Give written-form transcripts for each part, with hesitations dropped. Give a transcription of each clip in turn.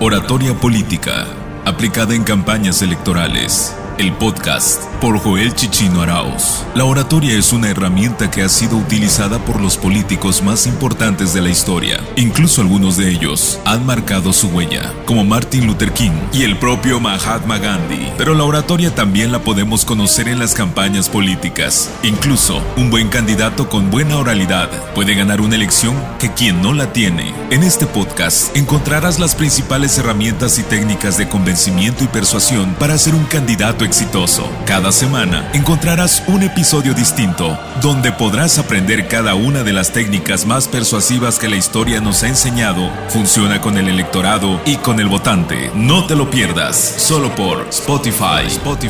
Oratoria política, aplicada en campañas electorales. El podcast por Joel Chichino Arauz. La oratoria es una herramienta que ha sido utilizada por los políticos más importantes de la historia. Incluso algunos de ellos han marcado su huella, como Martin Luther King y el propio Mahatma Gandhi. Pero la oratoria también la podemos conocer en las campañas políticas. Incluso un buen candidato con buena oralidad puede ganar una elección que quien no la tiene. En este podcast encontrarás las principales herramientas y técnicas de convencimiento y persuasión para ser un candidato exitoso. Cada semana encontrarás un episodio distinto, donde podrás aprender cada una de las técnicas más persuasivas que la historia nos ha enseñado. Funciona con el electorado y con el votante. No te lo pierdas, solo por Spotify.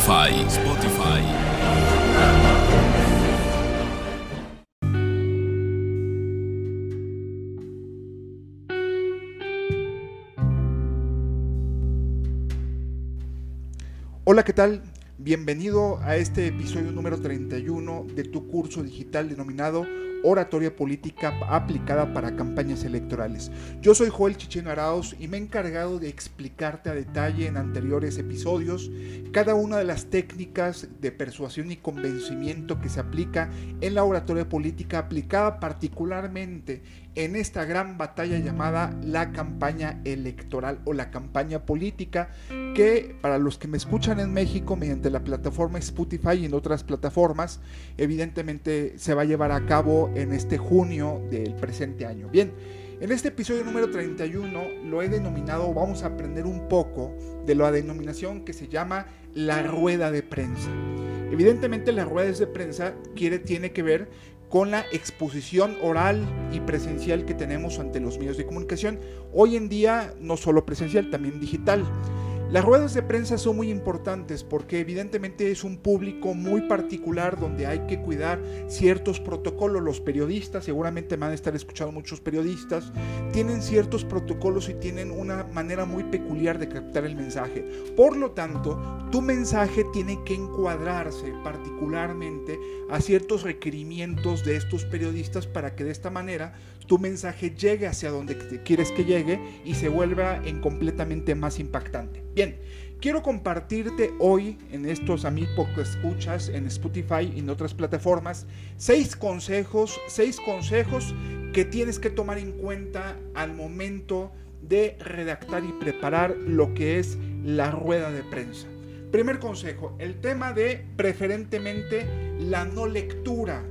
Hola, ¿qué tal? Bienvenido a este episodio número 31 de tu curso digital denominado Oratoria Política aplicada para campañas electorales. Yo soy Joel Chichino Arauz y me he encargado de explicarte a detalle en anteriores episodios cada una de las técnicas de persuasión y convencimiento que se aplica en la oratoria política, aplicada particularmente en esta gran batalla llamada la campaña electoral o la campaña política, que para los que me escuchan en México mediante la plataforma Spotify y en otras plataformas, evidentemente se va a llevar a cabo en este junio del presente año. Bien, en este episodio número 31 lo he denominado, vamos a aprender un poco de la denominación que se llama la rueda de prensa. Evidentemente las ruedas de prensa tiene que ver con la exposición oral y presencial que tenemos ante los medios de comunicación. Hoy en día no solo presencial, también digital. Las ruedas de prensa son muy importantes porque evidentemente es un público muy particular donde hay que cuidar ciertos protocolos. Los periodistas, seguramente me van a estar escuchando muchos periodistas, tienen ciertos protocolos y tienen una manera muy peculiar de captar el mensaje. Por lo tanto, tu mensaje tiene que encuadrarse particularmente a ciertos requerimientos de estos periodistas para que de esta manera tu mensaje llegue hacia donde quieres que llegue y se vuelva completamente más impactante. Bien, quiero compartirte hoy en estos podcast escuchas en Spotify y en otras plataformas 6 consejos que tienes que tomar en cuenta al momento de redactar y preparar lo que es la rueda de prensa. Primer consejo, el tema de preferentemente la no lectura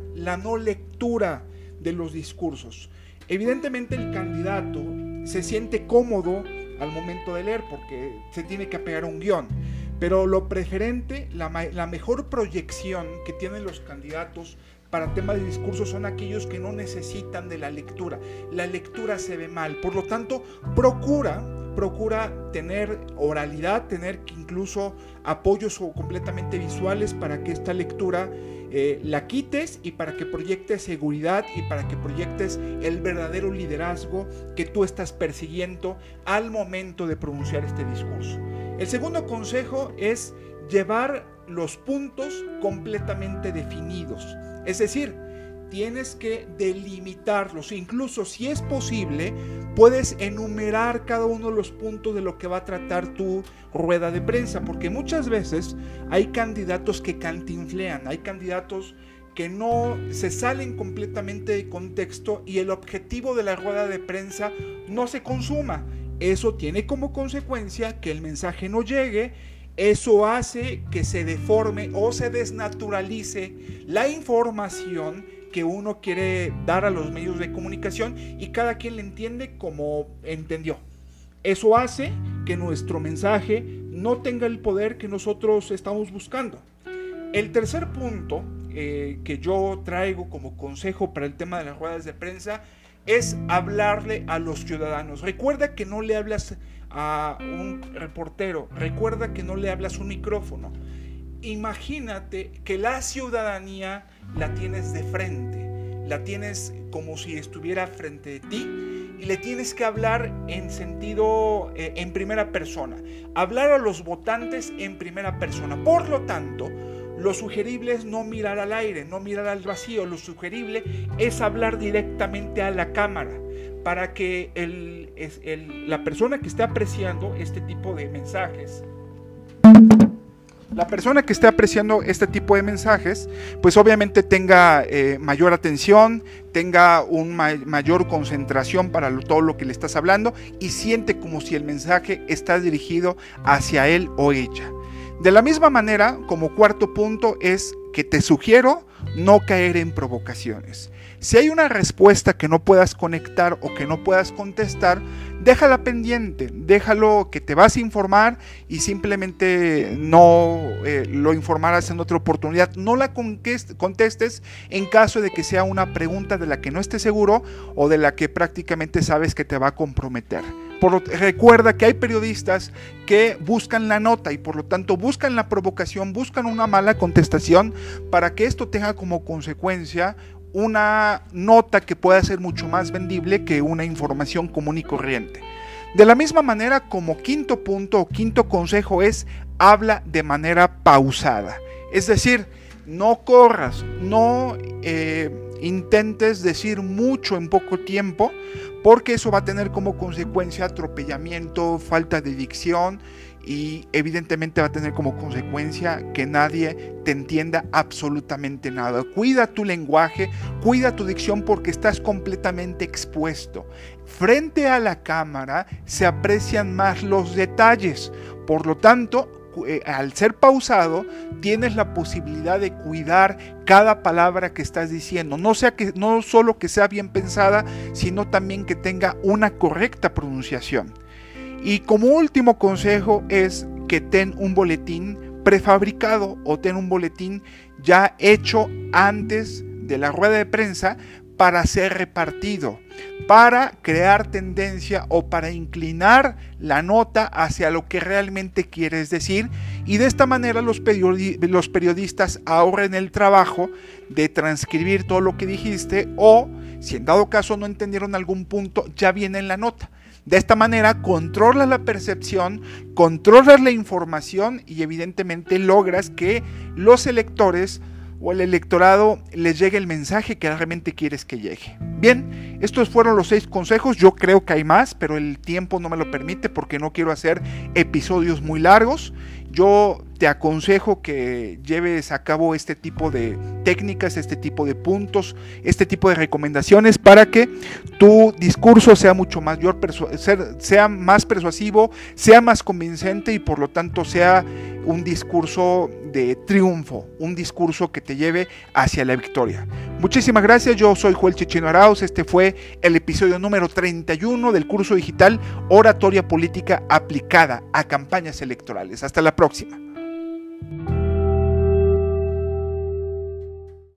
de los discursos. Evidentemente el candidato se siente cómodo al momento de leer porque se tiene que apegar a un guión, pero lo preferente, la mejor proyección que tienen los candidatos para temas de discurso son aquellos que no necesitan de la lectura. La lectura se ve mal, por lo tanto procura tener oralidad, tener incluso apoyos completamente visuales para que esta lectura la quites y para que proyectes seguridad y para que proyectes el verdadero liderazgo que tú estás persiguiendo al momento de pronunciar este discurso. El segundo consejo es llevar los puntos completamente definidos, es decir, tienes que delimitarlos, incluso si es posible, puedes enumerar cada uno de los puntos de lo que va a tratar tu rueda de prensa, porque muchas veces hay candidatos que cantinflean, hay candidatos que no se salen completamente de contexto y el objetivo de la rueda de prensa no se consuma. Eso tiene como consecuencia que el mensaje no llegue. Eso hace que se deforme o se desnaturalice la información que uno quiere dar a los medios de comunicación y cada quien le entiende como entendió. Eso hace que nuestro mensaje no tenga el poder que nosotros estamos buscando. El tercer punto que yo traigo como consejo para el tema de las ruedas de prensa es hablarle a los ciudadanos. Recuerda que no le hablas a un reportero, recuerda que no le hablas a un micrófono. Imagínate que la ciudadanía la tienes de frente, la tienes como si estuviera frente de ti y le tienes que hablar en sentido, en primera persona, hablar a los votantes en primera persona. Por lo tanto, Lo sugerible es no mirar al aire, no mirar al vacío. Lo sugerible es hablar directamente a la cámara para que la persona que esté apreciando este tipo de mensajes, pues obviamente tenga mayor atención, tenga una mayor concentración para todo lo que le estás hablando y siente como si el mensaje está dirigido hacia él o ella. De la misma manera, como cuarto punto, es que te sugiero no caer en provocaciones. Si hay una respuesta que no puedas conectar o que no puedas contestar, déjala pendiente, déjalo que te vas a informar y simplemente no lo informarás en otra oportunidad. No la contestes en caso de que sea una pregunta de la que no estés seguro o de la que prácticamente sabes que te va a comprometer. Recuerda que hay periodistas que buscan la nota y por lo tanto buscan la provocación, buscan una mala contestación para que esto tenga como consecuencia una nota que pueda ser mucho más vendible que una información común y corriente. De la misma manera, como quinto punto o quinto consejo es habla de manera pausada. Es decir, no corras, no intentes decir mucho en poco tiempo, porque eso va a tener como consecuencia atropellamiento, falta de dicción y evidentemente va a tener como consecuencia que nadie te entienda absolutamente nada. Cuida tu lenguaje, cuida tu dicción porque estás completamente expuesto. Frente a la cámara se aprecian más los detalles, por lo tanto, al ser pausado, tienes la posibilidad de cuidar cada palabra que estás diciendo, no solo que sea bien pensada, sino también que tenga una correcta pronunciación. Y como último consejo es que ten un boletín prefabricado o ten un boletín ya hecho antes de la rueda de prensa para ser repartido, para crear tendencia o para inclinar la nota hacia lo que realmente quieres decir y de esta manera los periodistas ahorren el trabajo de transcribir todo lo que dijiste o si en dado caso no entendieron algún punto ya viene en la nota. De esta manera controlas la percepción, controlas la información y evidentemente logras que los electores o el electorado les llegue el mensaje que realmente quieres que llegue. Bien, estos fueron los 6 consejos, yo creo que hay más, pero el tiempo no me lo permite porque no quiero hacer episodios muy largos. Yo te aconsejo que lleves a cabo este tipo de técnicas, este tipo de puntos, este tipo de recomendaciones para que tu discurso sea mucho mayor, sea más persuasivo, sea más convincente y por lo tanto sea un discurso de triunfo, un discurso que te lleve hacia la victoria. Muchísimas gracias, yo soy Joel Chichino Arauz, este fue el episodio número 31 del curso digital Oratoria Política aplicada a campañas electorales. Hasta la próxima.